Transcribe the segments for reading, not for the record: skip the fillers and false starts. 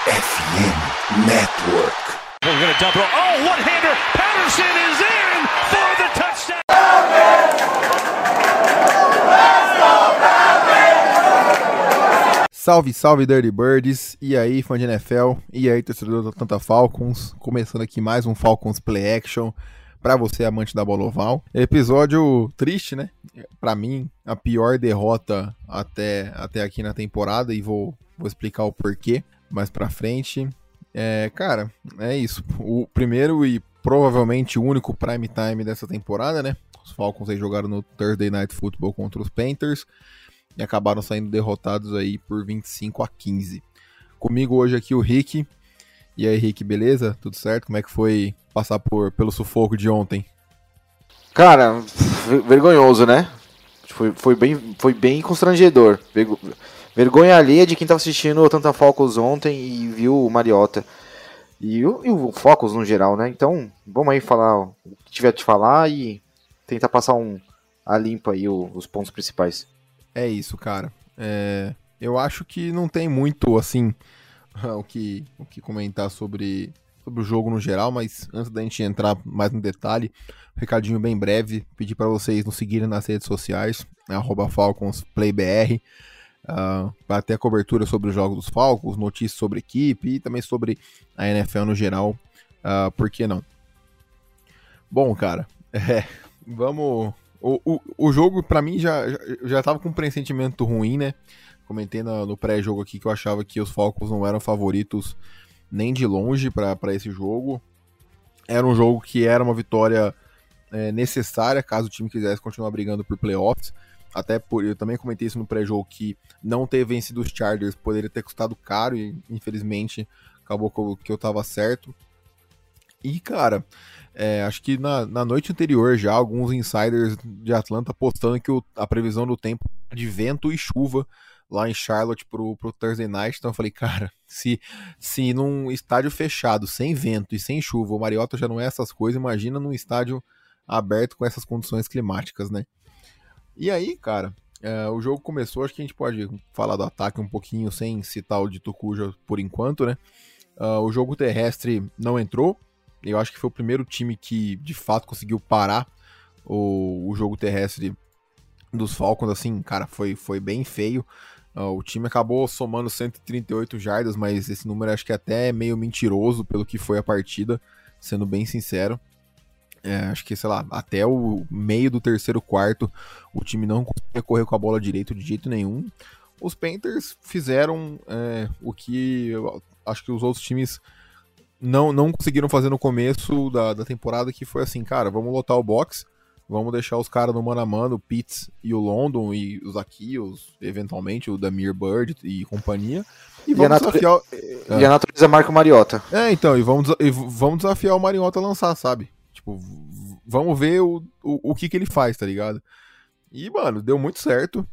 FM Network. We're going to double. Oh, one-hander. Patterson is in for the touchdown. Salve, salve Dirty Birds, e aí fã de NFL, e aí torcedor do Atlanta Falcons, começando aqui mais um Falcons Play Action pra você amante da bola oval. Episódio triste, né? Pra mim, a pior derrota até aqui na temporada, e vou explicar o porquê mais pra frente. Cara, é isso, o primeiro e provavelmente o único prime time dessa temporada, né? Os Falcons aí jogaram no Thursday Night Football contra os Panthers e acabaram saindo derrotados aí por 25-15. Comigo hoje aqui o Rick. E aí, Rick, beleza? Tudo certo? Como é que foi passar pelo sufoco de ontem? Cara, vergonhoso, né? Foi bem constrangedor. Vergonha alheia de quem tava assistindo o Atlanta Falcons ontem e viu o Mariota. E o Falcons no geral, né? Então, vamos aí falar o que tiver de falar e tentar passar a limpo aí os pontos principais. É isso, cara. Eu acho que não tem muito, assim, o que comentar sobre o jogo no geral, mas antes da gente entrar mais no detalhe, um recadinho bem breve, pedir para vocês nos seguirem nas redes sociais, @FalconsPlayBR, para ter a cobertura sobre os jogos dos Falcons, notícias sobre a equipe e também sobre a NFL no geral, por que não? Bom, cara, vamos... O jogo, pra mim, já tava com um pressentimento ruim, né? Comentei no pré-jogo aqui que eu achava que os Falcons não eram favoritos nem de longe pra esse jogo. Era um jogo que era uma vitória necessária, caso o time quisesse continuar brigando por playoffs. Eu também comentei isso no pré-jogo, que não ter vencido os Chargers poderia ter custado caro e, infelizmente, acabou que eu tava certo. E, cara, acho que na noite anterior já, alguns insiders de Atlanta postando que a previsão do tempo de vento e chuva lá em Charlotte pro Thursday Night. Então eu falei, cara, se num estádio fechado, sem vento e sem chuva, o Mariota já não é essas coisas, imagina num estádio aberto com essas condições climáticas, né? E aí, cara, o jogo começou, acho que a gente pode falar do ataque um pouquinho sem citar o Dito Cuja por enquanto, né? O jogo terrestre não entrou. Eu acho que foi o primeiro time que, de fato, conseguiu parar o jogo terrestre dos Falcons, assim, cara, foi bem feio. O time acabou somando 138 jardas, mas esse número acho que até é meio mentiroso pelo que foi a partida, sendo bem sincero. Acho que, sei lá, até o meio do terceiro quarto, o time não conseguia correr com a bola direito de jeito nenhum. Os Panthers fizeram o que eu acho que os outros times não conseguiram fazer no começo da temporada, que foi assim, cara, vamos lotar o box, vamos deixar os caras no mano a mano, o Pitts e o London e os Akios, eventualmente o Damir Bird e companhia, e vamos desafiar... E a natureza marca o Mariota. Então, e vamos desafiar o Mariota a lançar, sabe? Tipo, vamos ver o que ele faz, tá ligado? E, mano, deu muito certo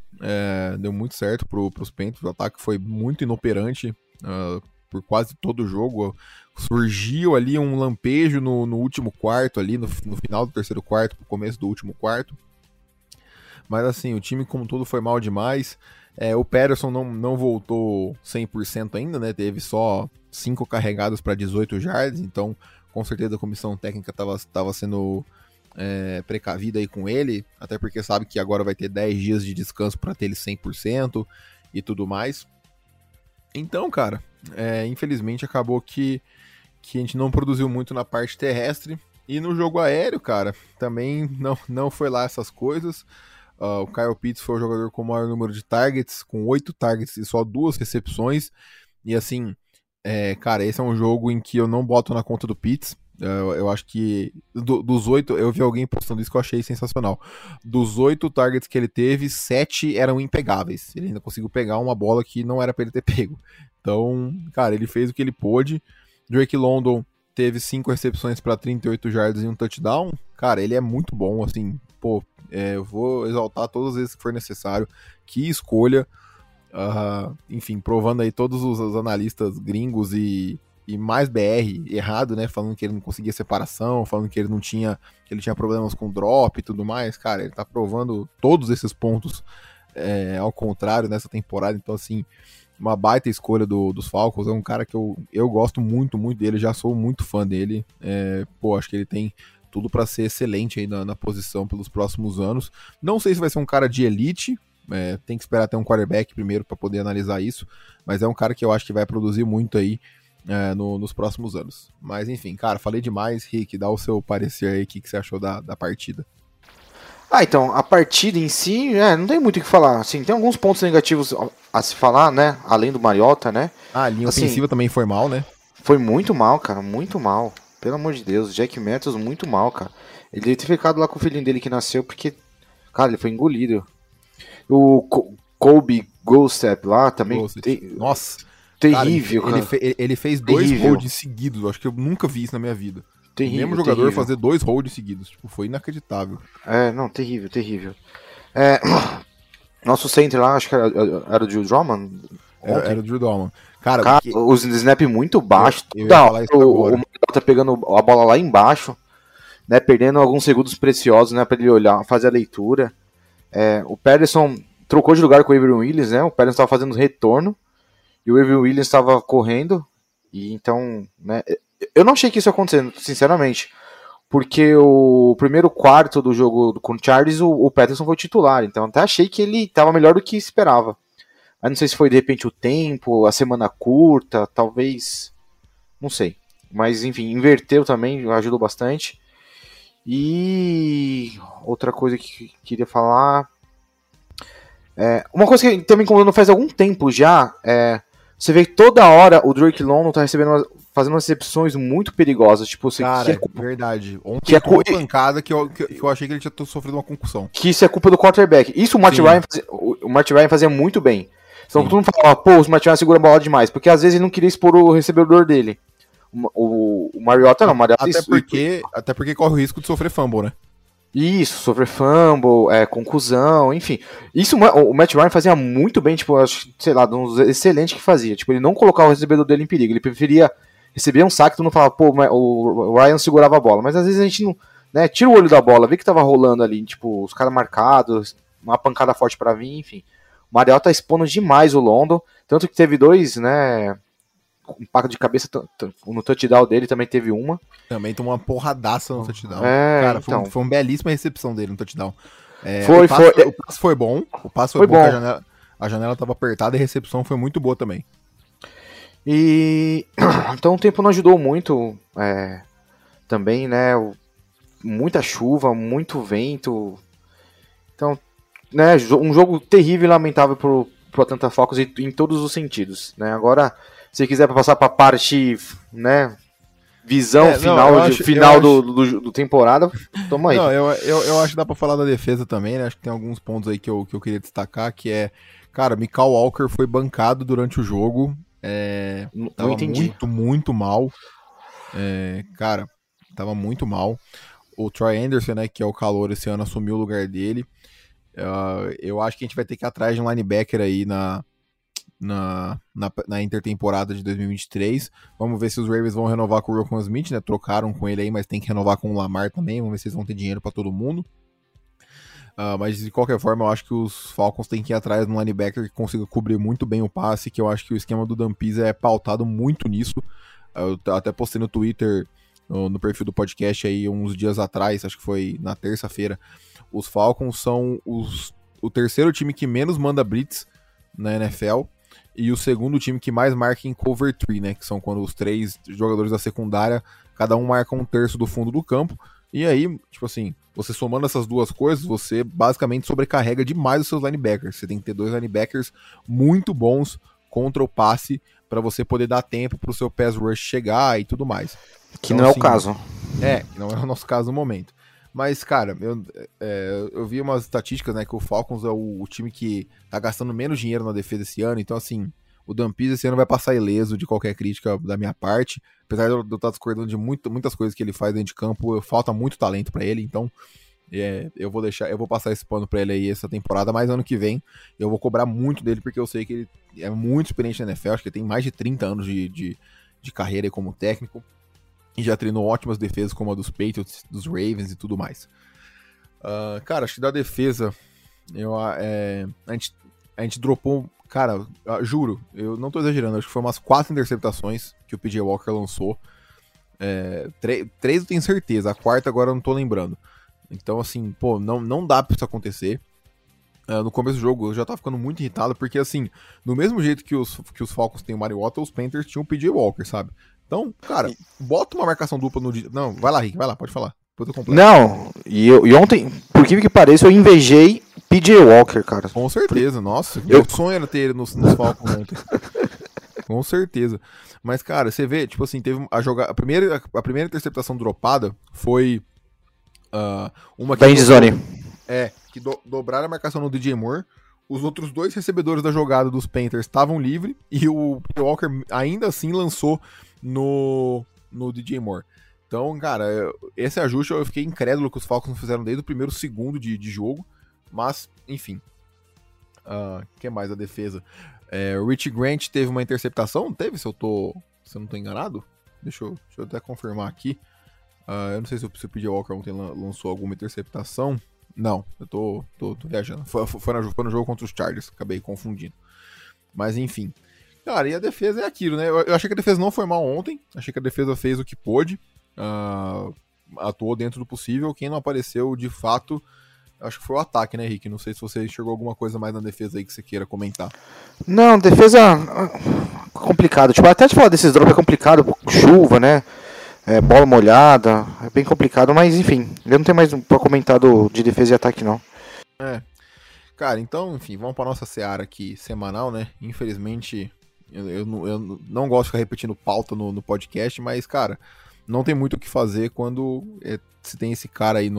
pros Panthers, o ataque foi muito inoperante, por quase todo o jogo. Surgiu ali um lampejo no último quarto, ali no final do terceiro quarto, pro começo do último quarto. Mas assim, o time como todo foi mal demais. O Patterson não voltou 100% ainda, né? Teve só 5 carregadas para 18 jardas, então com certeza a comissão técnica estava sendo precavida aí com ele, até porque sabe que agora vai ter 10 dias de descanso para ter ele 100% e tudo mais. Então, cara, infelizmente acabou que a gente não produziu muito na parte terrestre. E no jogo aéreo, cara, também não foi lá essas coisas. O Kyle Pitts foi o jogador com o maior número de targets, com 8 targets e só 2 recepções. E assim, cara, esse é um jogo em que eu não boto na conta do Pitts. Eu acho que dos 8, eu vi alguém postando isso que eu achei sensacional. Dos 8 targets que ele teve, 7 eram impegáveis. Ele ainda conseguiu pegar uma bola que não era pra ele ter pego. Então, cara, ele fez o que ele pôde. Drake London teve 5 recepções para 38 jardas e um touchdown. Cara, ele é muito bom, assim, eu vou exaltar todas as vezes que for necessário. Que escolha. Enfim, provando aí todos os analistas gringos e mais BR errado, né? Falando que ele não conseguia separação, falando que ele tinha problemas com drop e tudo mais. Cara, ele tá provando todos esses pontos ao contrário nessa temporada. Então, assim, uma baita escolha dos Falcons. É um cara que eu gosto muito, muito dele, já sou muito fã dele. Acho que ele tem tudo para ser excelente aí na posição pelos próximos anos. Não sei se vai ser um cara de elite, tem que esperar ter um quarterback primeiro para poder analisar isso, mas é um cara que eu acho que vai produzir muito aí nos próximos anos. Mas enfim, cara, falei demais. Rick, dá o seu parecer aí, o que você achou da partida. Então, a partida em si, não tem muito o que falar. Assim, tem alguns pontos negativos a se falar, né? Além do Mariota, né? A linha ofensiva também foi mal, né? Foi muito mal, cara, muito mal. Pelo amor de Deus, Jack Matthews muito mal, cara. Ele deve ter ficado lá com o filhinho dele que nasceu, porque, cara, ele foi engolido. O Kobe Gostep lá também. Nossa, terrível, cara. Ele fez 2 holds seguidos, eu acho que eu nunca vi isso na minha vida. Terrível, o mesmo jogador terrível. fazer 2 holds seguidos, tipo, foi inacreditável. Terrível, terrível. Nosso center lá, acho que era o Drew Drummond. Era o Drew Drummond. Cara, os snap muito baixo. Eu ia falar isso agora. O Mariota tá pegando a bola lá embaixo, né, perdendo alguns segundos preciosos, né, pra ele olhar, fazer a leitura. O Patterson trocou de lugar com o Avery Williams, né, o Patterson estava fazendo retorno e o Avery Williams estava correndo, e então, né, eu não achei que isso ia acontecer, sinceramente, porque o primeiro quarto do jogo com o Chargers, o Patterson foi titular, então até achei que ele estava melhor do que esperava. Mas não sei se foi de repente o tempo, a semana curta, talvez, não sei. Mas enfim, inverteu também, ajudou bastante. E outra coisa que queria falar, uma coisa que também incomodando faz algum tempo já, você vê que toda hora o Drake London tá fazendo umas recepções muito perigosas, tipo, cara, verdade. Ontem foi uma pancada que eu achei que ele tinha sofrido uma concussão. Que isso é culpa do quarterback. Isso o Matt Ryan fazia muito bem. Então todo mundo falava, o Matt Ryan segura a bola demais, porque às vezes ele não queria expor o recebedor dele. O Mariota não, até porque corre o risco de sofrer fumble, né? Isso, sofrer fumble, conclusão, enfim. Isso o Matt Ryan fazia muito bem, tipo, sei lá, excelente que fazia. Tipo, ele não colocava o recebedor dele em perigo, ele preferia receber um saque, todo mundo falava, o Ryan segurava a bola. Mas às vezes a gente não, né, tira o olho da bola, vê que tava rolando ali, tipo, os caras marcados, uma pancada forte pra vir, enfim. O Mariota tá expondo demais o London, tanto que teve 2, né, impacto de cabeça no touchdown dele, também teve uma. Também tomou uma porradaça no touchdown. Cara, então. foi uma belíssima recepção dele no touchdown. O passe foi bom. O passe foi bom. A janela tava apertada e a recepção foi muito boa também. E então o tempo não ajudou muito também, né? Muita chuva, muito vento. Então, né, um jogo terrível e lamentável pro Atlanta Falcons em todos os sentidos, né? Agora, se quiser passar para a parte, né, visão final do temporada, toma aí. Não, eu acho que dá para falar da defesa também, né? Acho que tem alguns pontos aí que eu queria destacar, que cara, Mykal Walker foi bancado durante o jogo, não entendi. muito mal, cara, tava muito mal. O Troy Anderson, né, que é o calouro esse ano, assumiu o lugar dele. Eu acho que a gente vai ter que ir atrás de um linebacker aí na intertemporada de 2023. Vamos ver se os Ravens vão renovar com o Roquan Smith, né? Trocaram com ele aí, mas tem que renovar com o Lamar também. Vamos ver se eles vão ter dinheiro para todo mundo. Mas de qualquer forma, eu acho que os Falcons têm que ir atrás de um linebacker que consiga cobrir muito bem o passe, que eu acho que o esquema do Dan Pisa é pautado muito nisso. Eu até postei no Twitter, no perfil do podcast aí uns dias atrás, acho que foi na terça-feira. Os Falcons são o terceiro time que menos manda blitz na NFL e o segundo time que mais marca em cover 3, né? Que são quando os 3 jogadores da secundária, cada um marca um terço do fundo do campo. E aí, tipo assim, você somando essas duas coisas, você basicamente sobrecarrega demais os seus linebackers. Você tem que ter 2 linebackers muito bons contra o passe para você poder dar tempo pro seu pass rush chegar e tudo mais. Que então, não é o caso. Que não é o nosso caso no momento. Mas, cara, eu vi umas estatísticas, né, que o Falcons é o time que tá gastando menos dinheiro na defesa esse ano, então, assim, o Dan Pisa esse ano vai passar ileso de qualquer crítica da minha parte, apesar de eu estar discordando de muitas coisas que ele faz dentro de campo, falta muito talento pra ele, então eu vou passar esse pano pra ele aí essa temporada, mas ano que vem eu vou cobrar muito dele, porque eu sei que ele é muito experiente na NFL, acho que ele tem mais de 30 anos de carreira aí como técnico, e já treinou ótimas defesas como a dos Patriots, dos Ravens e tudo mais. Cara, acho que da defesa a gente dropou Cara, juro, eu não tô exagerando, acho que foi umas 4 interceptações que o PJ Walker lançou. 3 eu tenho certeza, a quarta agora eu não tô lembrando. Então, assim, pô, não dá pra isso acontecer. No começo do jogo eu já tava ficando muito irritado, porque, assim, do mesmo jeito que os Falcons têm o Mariota, os Panthers tinham o PJ Walker, sabe? Então, cara, bota uma marcação dupla no... Não, vai lá, Rick, vai lá, pode falar. Não, e ontem, por que pareça, eu invejei PJ Walker, cara. Com certeza, nossa, meu sonho era ter ele nos Falcons ontem. Com certeza. Mas, cara, você vê, tipo assim, teve a primeira interceptação dropada foi uma que... Da endzone. Que dobraram a marcação no DJ Moore. Os outros 2 recebedores da jogada dos Panthers estavam livres e o Walker ainda assim lançou no DJ Moore. Então, cara, esse ajuste eu fiquei incrédulo que os Falcons fizeram desde o primeiro segundo de jogo. Mas, enfim. O que mais da defesa? O Rich Grant teve uma interceptação? Teve, se eu não tô enganado? Deixa eu até confirmar aqui. Eu não sei se o PJ Walker ontem lançou alguma interceptação. Não, eu tô viajando. Foi no jogo contra os Chargers, acabei confundindo. Mas enfim. Cara, e a defesa é aquilo, né? Eu achei que a defesa não foi mal ontem. Achei que a defesa fez o que pôde. Atuou dentro do possível. Quem não apareceu, de fato, acho que foi o ataque, né, Rick? Não sei se você enxergou alguma coisa mais na defesa aí que você queira comentar. Não, defesa complicado. Tipo, até te falar desses drops é complicado. Chuva, né? Bola molhada, é bem complicado, mas enfim, eu não tenho mais pra comentar de defesa e ataque, não. Cara, então, enfim, vamos pra nossa seara aqui semanal, né? Infelizmente, eu não gosto de ficar repetindo pauta no podcast, mas, cara, não tem muito o que fazer quando se tem esse cara aí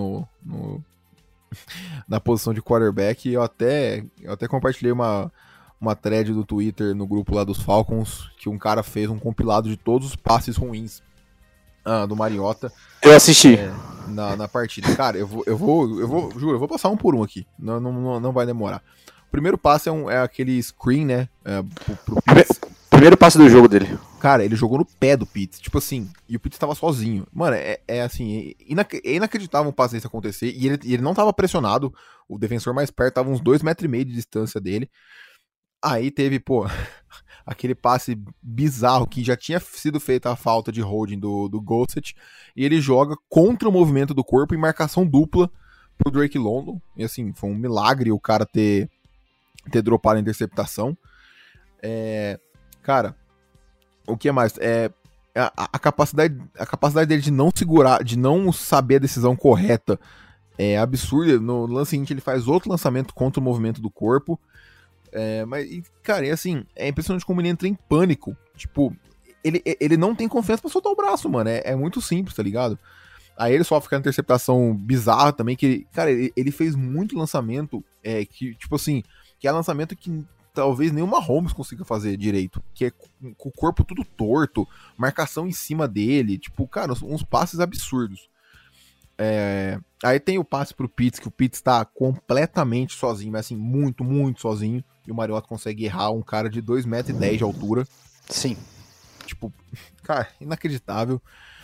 na posição de quarterback. Eu até compartilhei uma thread do Twitter no grupo lá dos Falcons, que um cara fez um compilado de todos os passes ruins do Mariota. Eu assisti. Na partida. Cara, eu vou passar um por um aqui. Não vai demorar. O primeiro passe é aquele screen, né? Pro Pitts. Primeiro passe do jogo dele. Cara, ele jogou no pé do Pitts. Tipo assim, e o Pitts tava sozinho. Mano, assim, é inacreditável um passe desse acontecer. E ele não tava pressionado. O defensor mais perto tava uns 2,5 metros de distância dele. Aí teve, aquele passe bizarro que já tinha sido feita a falta de holding do Gossett, e ele joga contra o movimento do corpo em marcação dupla pro Drake London. E assim, foi um milagre o cara ter dropado a interceptação. Cara, o que mais? A capacidade dele de não segurar, de não saber a decisão correta é absurda. No lance seguinte ele faz outro lançamento contra o movimento do corpo. Mas, cara, assim, é impressionante como ele entra em pânico. Tipo, ele não tem confiança pra soltar o braço, mano. É muito simples, tá ligado? Aí ele sofre aquela interceptação bizarra também, que, cara, ele fez muito lançamento, que, tipo assim, que é lançamento que talvez nenhuma Mahomes consiga fazer direito. Que é com o corpo tudo torto, marcação em cima dele, tipo, cara, uns passes absurdos. Aí tem o passe pro Pitts, que o Pitts tá completamente sozinho, mas assim, muito, muito sozinho. E o Mariota consegue errar um cara de 2,10 metros de altura. Sim. Tipo, cara, inacreditável.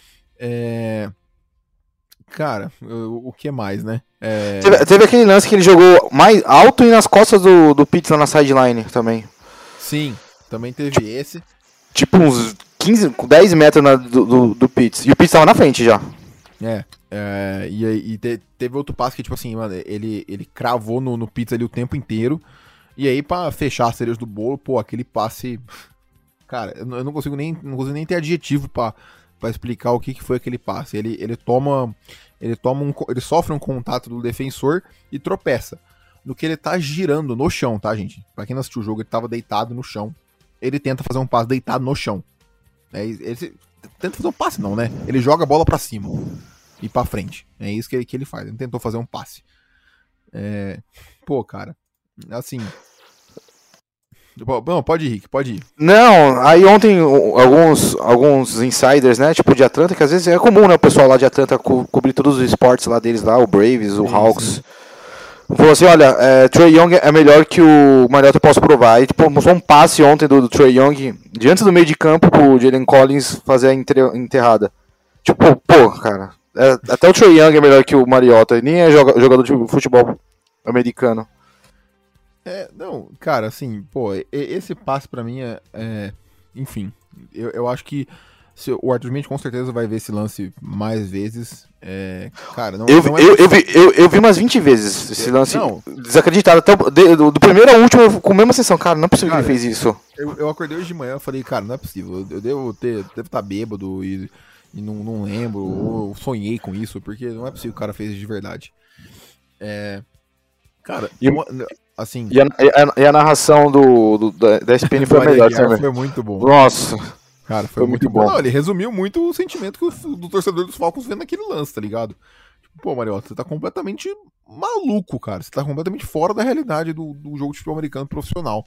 Cara, o que mais, né? Teve aquele lance que ele jogou mais alto e nas costas do Pitts lá na sideline também. Sim, também teve esse. Tipo uns 10 metros do Pitts. E o Pitts tava na frente já. E teve outro passe que, tipo assim, mano, ele cravou no Pitts ali o tempo inteiro. E aí, pra fechar as cerejas do bolo, aquele passe... Cara, eu não consigo nem ter adjetivo pra explicar o que foi aquele passe. Ele sofre um contato do defensor e tropeça. No que ele tá girando no chão, tá, gente? Pra quem não assistiu o jogo, ele tava deitado no chão. Ele tenta fazer um passe deitado no chão. Ele tenta fazer um passe não, né? Ele joga a bola pra cima e pra frente. É isso que ele faz. Ele tentou fazer um passe. Cara, assim... Não, pode ir, Rick, pode ir. Não, aí ontem alguns insiders, né, tipo de Atlanta, que às vezes é comum, né, o pessoal lá de Atlanta cobrir todos os esportes lá deles lá, o Braves, o Hawks. Falou assim, olha, Trae Young é melhor que o Mariota possa provar. E tipo, mostrou um passe ontem do Trae Young diante do meio de campo pro Jalen Collins fazer a enterrada. Tipo, cara, até o Trae Young é melhor que o Mariota, e nem é jogador de futebol americano. Não, cara, assim, pô, esse passe pra mim enfim, eu acho que o Arthur Smith com certeza vai ver esse lance mais vezes. Cara, eu vi umas 20 vezes esse lance desacreditado. Até do primeiro ao último, com a mesma sessão. Cara, não é possível que ele fez isso. Eu acordei hoje de manhã e falei, cara, não é possível. Eu devo estar bêbado e não lembro, ou sonhei com isso, porque não é possível que o cara fez de verdade. Cara, assim... E a narração da SPN foi a melhor também. Foi muito bom. Nossa... Cara, foi muito bom. Não, ele resumiu muito o sentimento do torcedor dos Falcons vendo aquele lance, tá ligado? Tipo, pô, Mariota, você tá completamente maluco, cara. Você tá completamente fora da realidade do jogo de futebol americano profissional.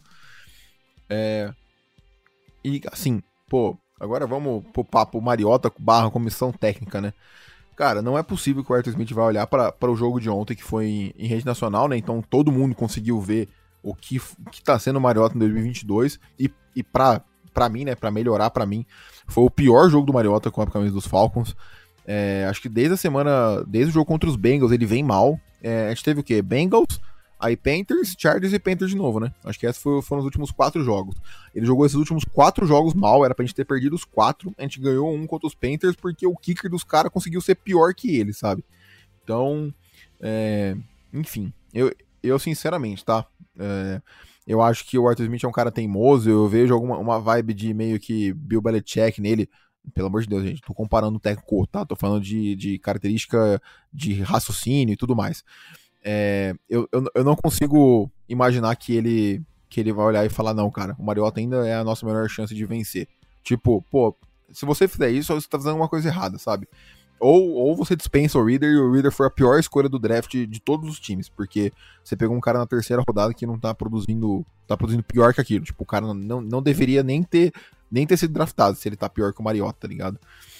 E, assim, pô, agora vamos pro papo Mariota / comissão técnica, né? Cara, não é possível que o Arthur Smith vai olhar para o jogo de ontem, que foi em rede nacional, né? Então todo mundo conseguiu ver o que tá sendo o Mariota em 2022 e pra mim, né, pra melhorar pra mim, foi o pior jogo do Mariota com a camisa dos Falcons. Acho que desde o jogo contra os Bengals, ele vem mal. A gente teve o quê? Bengals, aí Panthers, Chargers e Panthers de novo, né? Acho que esses foram os últimos 4 jogos. Ele jogou esses últimos 4 jogos mal, era pra gente ter perdido os 4, a gente ganhou um contra os Panthers porque o kicker dos caras conseguiu ser pior que ele, sabe? Então, enfim, eu sinceramente, tá? Eu acho que o Arthur Smith é um cara teimoso, eu vejo uma vibe de meio que Bill Belichick nele. Pelo amor de Deus, gente, tô comparando o técnico, tá? Tô falando de característica de raciocínio e tudo mais. Eu não consigo imaginar que ele vai olhar e falar, não, cara, o Mariota ainda é a nossa melhor chance de vencer. Tipo, pô, se você fizer isso, você tá fazendo uma coisa errada, sabe? Ou você dispensa o Reader, e o Reader foi a pior escolha do draft de todos os times, porque você pegou um cara na terceira rodada que não tá produzindo pior que aquilo. Tipo, o cara não deveria nem ter sido draftado se ele tá pior que o Mariota, tá ligado?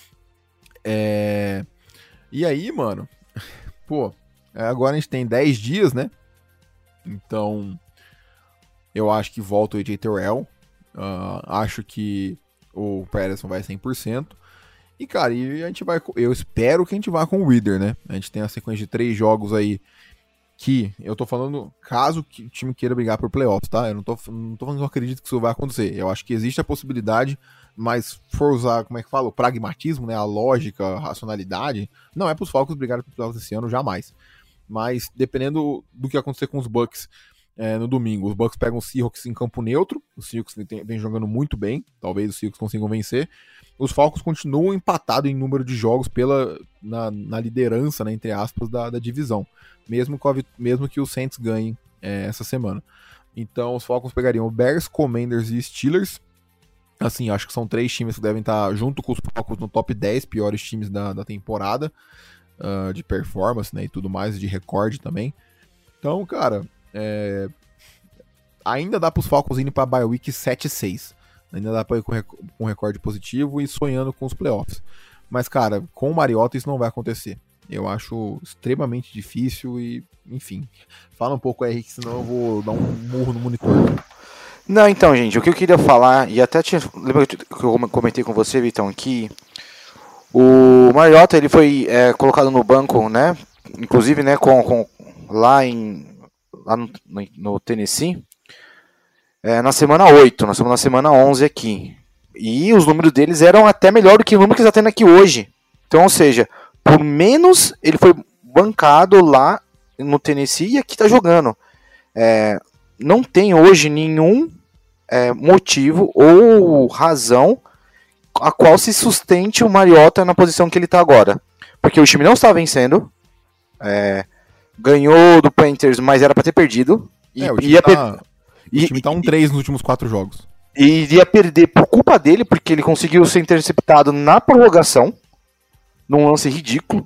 E aí, mano, pô, agora a gente tem 10 dias, né? Então, eu acho que volta o AJ Terrell, acho que o Patterson vai 100%. E, cara, eu espero que a gente vá com o Reader, né? A gente tem a sequência de 3 jogos aí que eu tô falando caso o time queira brigar por playoffs, tá? Eu não tô falando que eu acredito que isso vai acontecer. Eu acho que existe a possibilidade, mas for usar, como é que fala? O pragmatismo, né? A lógica, a racionalidade, não é pros Falcons brigarem por playoffs esse ano, jamais. Mas dependendo do que acontecer com os Bucks no domingo, os Bucks pegam o Seahawks em campo neutro, os Seahawks vem jogando muito bem, talvez os Seahawks consigam vencer. Os Falcons continuam empatados em número de jogos na liderança, né, entre aspas, da divisão, mesmo que os Saints ganhem essa semana. Então os Falcons pegariam Bears, Commanders e Steelers. Assim, acho que são 3 times que devem estar junto com os Falcons no top 10 piores times da temporada, de performance, né, e tudo mais, de recorde também. Então, cara, ainda dá para os Falcons irem para a bye week 7-6. Ainda dá pra ir com recorde positivo e sonhando com os playoffs. Mas, cara, com o Mariota isso não vai acontecer. Eu acho extremamente difícil e, enfim. Fala um pouco aí, Henrique, senão eu vou dar um murro no monitor. Não, então, gente, o que eu queria falar, e até lembra que eu comentei com você, Vitão, que o Mariota, ele foi colocado no banco, né? Inclusive, né, lá no Tennessee. Na semana 8, nós estamos na semana 11 aqui. E os números deles eram até melhor do que o número que está tendo aqui hoje. Então, ou seja, por menos ele foi bancado lá no Tennessee e aqui está jogando. Não tem hoje nenhum motivo ou razão a qual se sustente o Mariota na posição que ele está agora. Porque o time não está vencendo. Ganhou do Panthers, mas era para ter perdido. O time tá 1-3 nos últimos 4 jogos. E iria perder por culpa dele, porque ele conseguiu ser interceptado na prorrogação, num lance ridículo.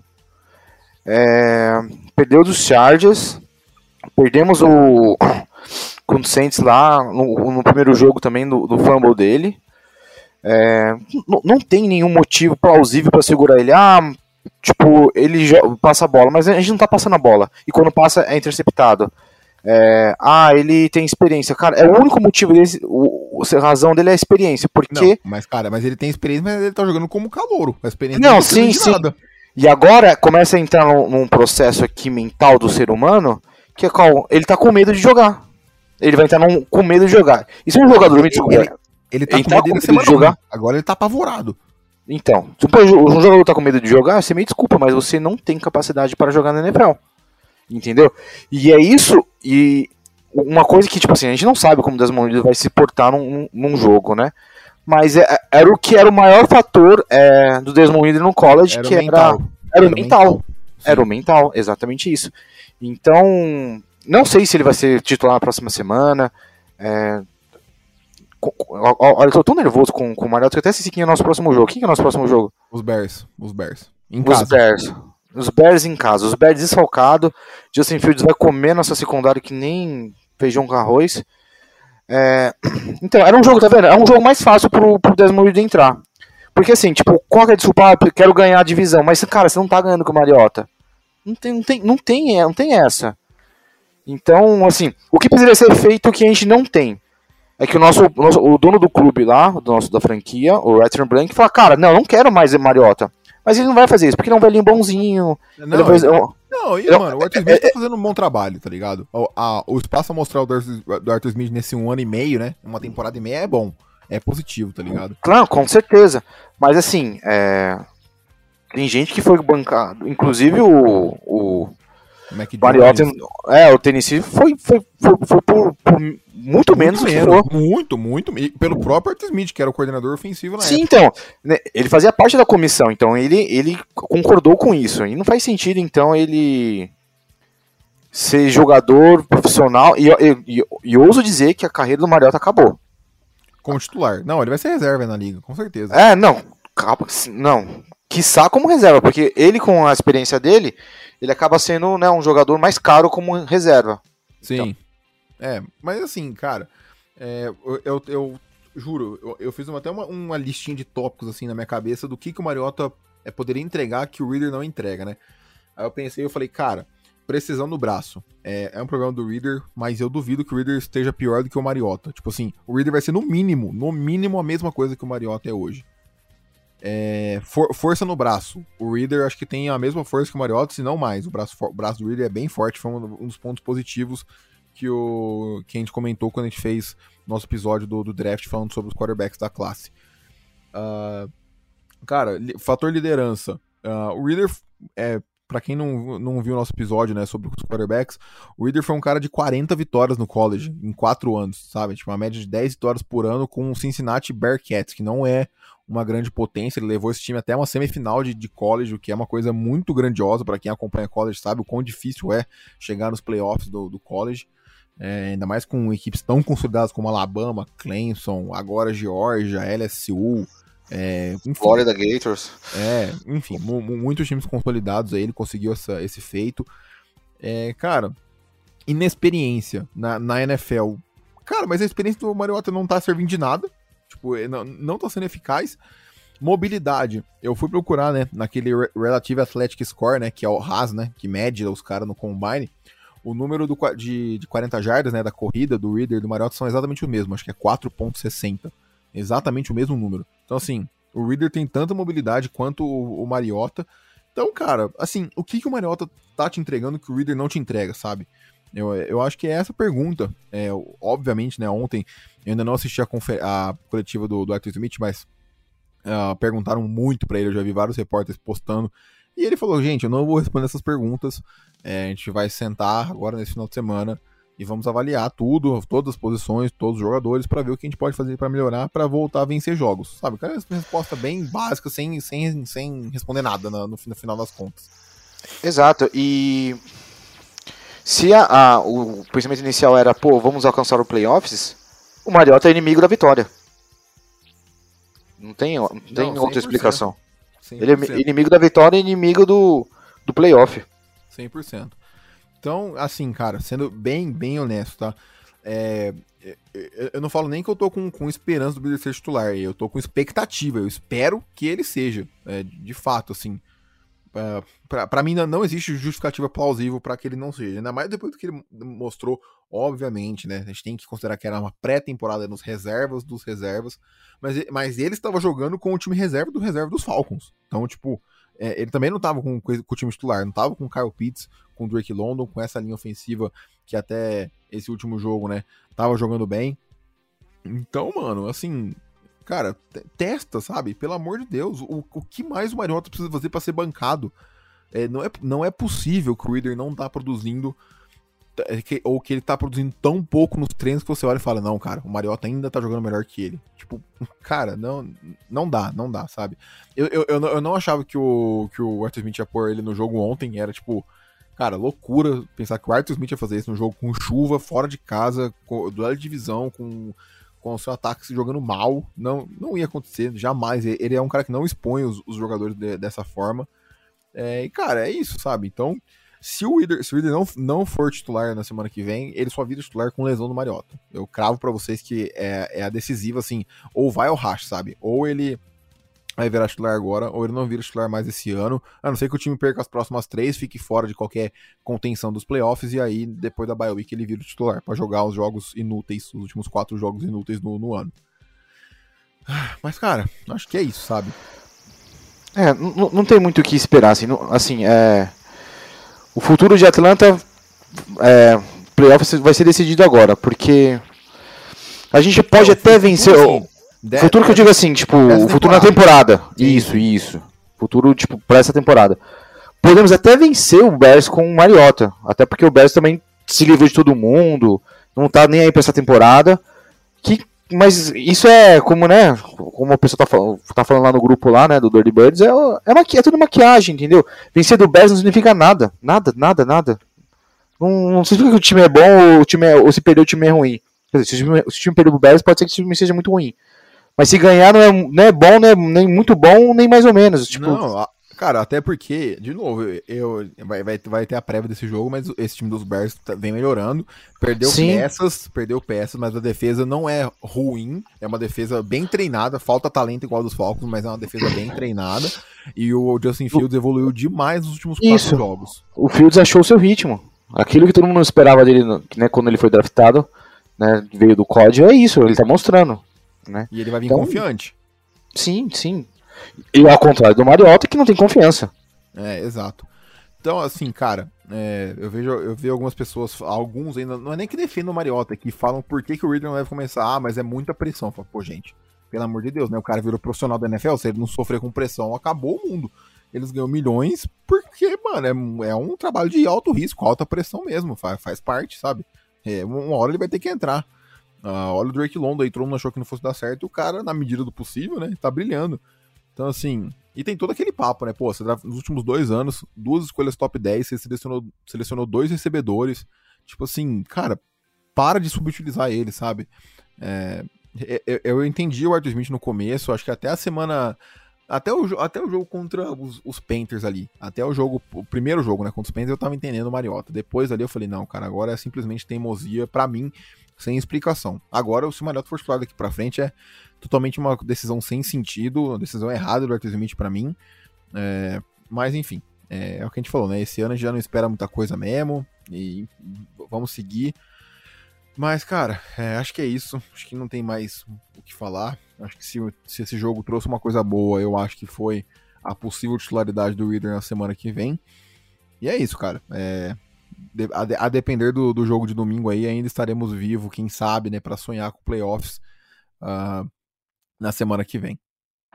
Perdeu dos Chargers. Perdemos com o Saints lá no primeiro jogo também do fumble dele. Não tem nenhum motivo plausível para segurar ele. Tipo, ele passa a bola, mas a gente não tá passando a bola. E quando passa, é interceptado. Ele tem experiência. Cara, o único motivo dele, a razão dele é a experiência, porque... Não, mas ele tem experiência, mas ele tá jogando como calouro. A experiência não, sim. Nada. E agora começa a entrar num processo aqui mental do ser humano, que ele tá com medo de jogar. ele vai entrar com medo de jogar. E se um jogador, me desculpa, ele tá entrar com medo de jogar, agora ele tá apavorado. então, se um jogador tá com medo de jogar, você me desculpa, mas você não tem capacidade para jogar na NFL. Entendeu? E é isso, e uma coisa que, tipo assim, a gente não sabe como o Desmond Ridder vai se portar num jogo, né? Mas era o que era o maior fator do Desmond Ridder no college, Era que o mental. era o mental. Sim. Era o mental, exatamente isso. Então, não sei se ele vai ser titular na próxima semana. Olha, eu tô tão nervoso com o Mariota que eu até esqueci quem é o nosso próximo jogo. Quem é o nosso próximo jogo? Os Bears. Em Os casa. Bears. Os Bears em casa. Os Bears desfalcado. Justin Fields vai comer nossa secundária que nem feijão com arroz. Então, era um jogo, tá vendo? É um jogo mais fácil pro Desmond Ridder entrar. Porque assim, tipo, qual que é a desculpa? Ah, quero ganhar a divisão. Mas, cara, você não tá ganhando com o Mariota. Não tem essa. Então, assim, o que precisaria ser feito que a gente não tem é que o dono do clube lá, da franquia, o Ratner Blank, fala, cara, não quero mais Mariota. Mas ele não vai fazer isso, porque ele é um velhinho bonzinho. Mano, o Arthur Smith tá fazendo um bom trabalho, tá ligado? O espaço a mostrar do Arthur Smith nesse 1 ano e meio, né? Uma temporada e meia é bom. É positivo, tá ligado? Claro, com certeza. Mas assim, tem gente que foi bancado. Inclusive o Mariota, o Tennessee foi por muito menos do que for. Muito. Pelo próprio Arthur Smith, que era o coordenador ofensivo na época. Sim, então, né, ele fazia parte da comissão, então ele concordou com isso. E não faz sentido, então, ele ser jogador profissional. E ouso dizer que a carreira do Mariota acabou. Como titular. Não, ele vai ser reserva na liga, com certeza. Não. Quiçá como reserva, porque ele, com a experiência dele, ele acaba sendo, né, um jogador mais caro como reserva. Sim. Então. Mas assim, cara, eu juro, eu fiz até uma listinha de tópicos assim na minha cabeça do que o Mariota poderia entregar que o Ridder não entrega, né? Aí eu falei, cara, precisão no braço. É um problema do Ridder, mas eu duvido que o Ridder esteja pior do que o Mariota. Tipo assim, o Ridder vai ser no mínimo a mesma coisa que o Mariota é hoje. Força no braço. O Ridder acho que tem a mesma força que o Mariota, se não mais. O braço do Ridder é bem forte, foi um dos pontos positivos que a gente comentou quando a gente fez nosso episódio do draft falando sobre os quarterbacks da classe. Cara, fator liderança. O Ridder, pra quem não viu o nosso episódio, né, sobre os quarterbacks, o Ridder foi um cara de 40 vitórias no college, em 4 anos, sabe? Tipo, uma média de 10 vitórias por ano com o Cincinnati Bearcats, que não é uma grande potência. Ele levou esse time até uma semifinal de college, o que é uma coisa muito grandiosa para quem acompanha college, sabe o quão difícil é chegar nos playoffs do college. Ainda mais com equipes tão consolidadas como Alabama, Clemson, agora Georgia, LSU, enfim, Florida Gators. Enfim, muitos times consolidados aí, ele conseguiu esse feito. Cara, inexperiência na NFL. Cara, mas a experiência do Mariota não tá servindo de nada. Tipo, não tá sendo eficaz. Mobilidade. Eu fui procurar, né, naquele Relative Athletic Score, né, que é o RAS, né, que mede os caras no Combine. O número de 40 jardas, né, da corrida do Ridder e do Mariota são exatamente o mesmo, acho que é 4.60. Exatamente o mesmo número. Então, assim, o Ridder tem tanta mobilidade quanto o Mariota. Então, cara, assim, o que o Mariota tá te entregando que o Ridder não te entrega, sabe? Eu acho que é essa a pergunta. Obviamente, né, ontem eu ainda não assisti a coletiva do Arthur Smith, mas perguntaram muito pra ele, eu já vi vários repórteres postando. E ele falou, gente, eu não vou responder essas perguntas. A gente vai sentar agora nesse final de semana e vamos avaliar tudo, todas as posições, todos os jogadores, pra ver o que a gente pode fazer pra melhorar, pra voltar a vencer jogos, sabe? Cara, essa resposta bem básica, sem responder nada no final das contas. Exato, e se o pensamento inicial era, vamos alcançar o playoffs, o Mariota é inimigo da vitória. Não tem outra explicação. 100%. Ele é inimigo da vitória e inimigo do playoff. 100%. Então, assim, cara, sendo bem honesto, tá? Eu não falo nem que eu tô com esperança do Ridder ser titular, eu tô com expectativa, eu espero que ele seja, de fato, assim. Pra mim não existe justificativa plausível pra que ele não seja, ainda mais depois do que ele mostrou, obviamente, né? A gente tem que considerar que era uma pré-temporada nos reservas dos reservas, mas ele estava jogando com o time reserva dos Falcons. Então, tipo, ele também não estava com o time titular, não estava com o Kyle Pitts, com o Drake London, com essa linha ofensiva que até esse último jogo, né, tava jogando bem. Então, mano, assim, cara, testa, sabe? Pelo amor de Deus, o que mais o Mariota precisa fazer pra ser bancado? Não é possível que o Reader não tá produzindo, ou que ele tá produzindo tão pouco nos treinos que você olha e fala, não, cara, o Mariota ainda tá jogando melhor que ele. Tipo, cara, não dá, sabe? Eu não achava que o Arthur Smith ia pôr ele no jogo ontem, era tipo, cara, loucura pensar que o Arthur Smith ia fazer isso no jogo com chuva, fora de casa, com duelo de divisão, com o seu ataque se jogando mal. Não ia acontecer, jamais. Ele é um cara que não expõe os jogadores dessa forma. E, cara, é isso, sabe? Então, se o Reader não for titular na semana que vem, ele só vira titular com lesão do Mariota. Eu cravo pra vocês que é a decisiva, assim, ou vai ou racha, sabe? Ou ele vai virar titular agora, ou ele não vira titular mais esse ano, a não ser que o time perca as próximas 3, fique fora de qualquer contenção dos playoffs, e aí, depois da bye week, ele vira o titular, pra jogar os jogos inúteis, os últimos 4 jogos inúteis no ano. Mas, cara, acho que é isso, sabe? Não tem muito o que esperar, assim, o futuro de Atlanta, playoff vai ser decidido agora, porque a gente pode até vencer... O futuro que eu digo assim, tipo, o futuro na temporada. Isso. Futuro, tipo, pra essa temporada. Podemos até vencer o Bears com o Mariota. Até porque o Bears também se livrou de todo mundo. Não tá nem aí pra essa temporada. Mas isso é como, né? Como a pessoa tá falando lá no grupo lá, né? Do Dirty Birds. É tudo maquiagem, entendeu? Vencer do Bears não significa nada. Nada. Não significa que o time é bom ou se perder o time é ruim. Quer dizer, se o time perder o Bears, pode ser que o time seja muito ruim. Mas se ganhar não é bom, não é nem muito bom, nem mais ou menos. Tipo... Não, cara, até porque, de novo, vai ter a prévia desse jogo, mas esse time dos Bears vem melhorando. Perdeu peças, mas a defesa não é ruim. É uma defesa bem treinada, falta talento igual dos Falcons, mas é uma defesa bem treinada. E o Justin Fields evoluiu demais nos últimos 4 jogos. O Fields achou o seu ritmo. Aquilo que todo mundo esperava dele, né, quando ele foi draftado, né, veio do COD, é isso, ele tá mostrando. Né? E ele vai vir confiante. Sim. E ao contrário do Mariota, que não tem confiança. Exato. Então, assim, cara, eu vejo algumas pessoas, alguns ainda, não é nem que defendam o Mariota, que falam por que o Reader não deve começar. Mas é muita pressão. Fala, pô, gente, pelo amor de Deus, né? O cara virou profissional da NFL, se ele não sofrer com pressão, acabou o mundo. Eles ganham milhões porque, mano, é um trabalho de alto risco, alta pressão mesmo, faz parte, sabe? Uma hora ele vai ter que entrar. Olha o Drake London aí, todo mundo achou que não fosse dar certo, e o cara, na medida do possível, né, tá brilhando. Então, assim, e tem todo aquele papo, né, pô, você nos últimos 2 anos, 2 escolhas top 10, você selecionou 2 recebedores, tipo assim, cara, para de subutilizar ele, sabe? Eu entendi o Arthur Smith no começo, acho que até a semana... Até o jogo contra os Panthers ali. O primeiro jogo, né, contra os Panthers, eu tava entendendo o Mariota. Depois ali eu falei, não, cara, agora é simplesmente teimosia pra mim, sem explicação. Agora, se o Mariota for titular daqui pra frente, é totalmente uma decisão sem sentido, uma decisão errada do Arthur Smith pra mim. Mas, enfim, é o que a gente falou, né? Esse ano a gente já não espera muita coisa mesmo, e vamos seguir. Mas, cara, acho que é isso. Acho que não tem mais o que falar. Acho que se esse jogo trouxe uma coisa boa, eu acho que foi a possível titularidade do Reader na semana que vem. E é isso, cara. A depender do jogo de domingo aí, ainda estaremos vivos, quem sabe, né, pra sonhar com playoffs na semana que vem.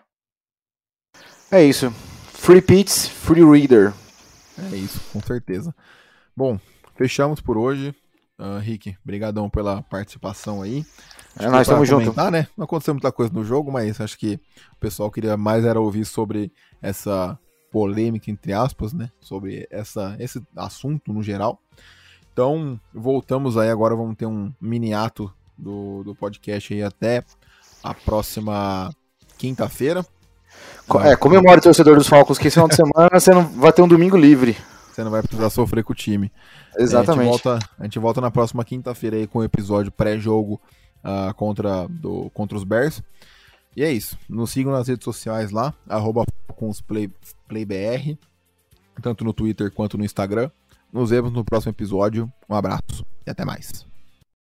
É isso. Free Pits, Free Reader. É isso, com certeza. Bom, fechamos por hoje. Rick, brigadão pela participação aí. Nós estamos juntos. Né? Não aconteceu muita coisa no jogo, mas acho que o pessoal queria mais era ouvir sobre essa polêmica, entre aspas, né? Sobre esse assunto no geral. Então, voltamos aí, agora vamos ter um mini ato do podcast aí até a próxima quinta-feira. Comemore, torcedor dos Falcons, que esse final de semana você não vai ter um domingo livre. Você não vai precisar sofrer com o time. Exatamente. A gente volta na próxima quinta-feira aí com o episódio pré-jogo contra os Bears. E é isso. Nos sigam nas redes sociais lá, @FalconsPlayBR, tanto no Twitter quanto no Instagram. Nos vemos no próximo episódio. Um abraço e até mais.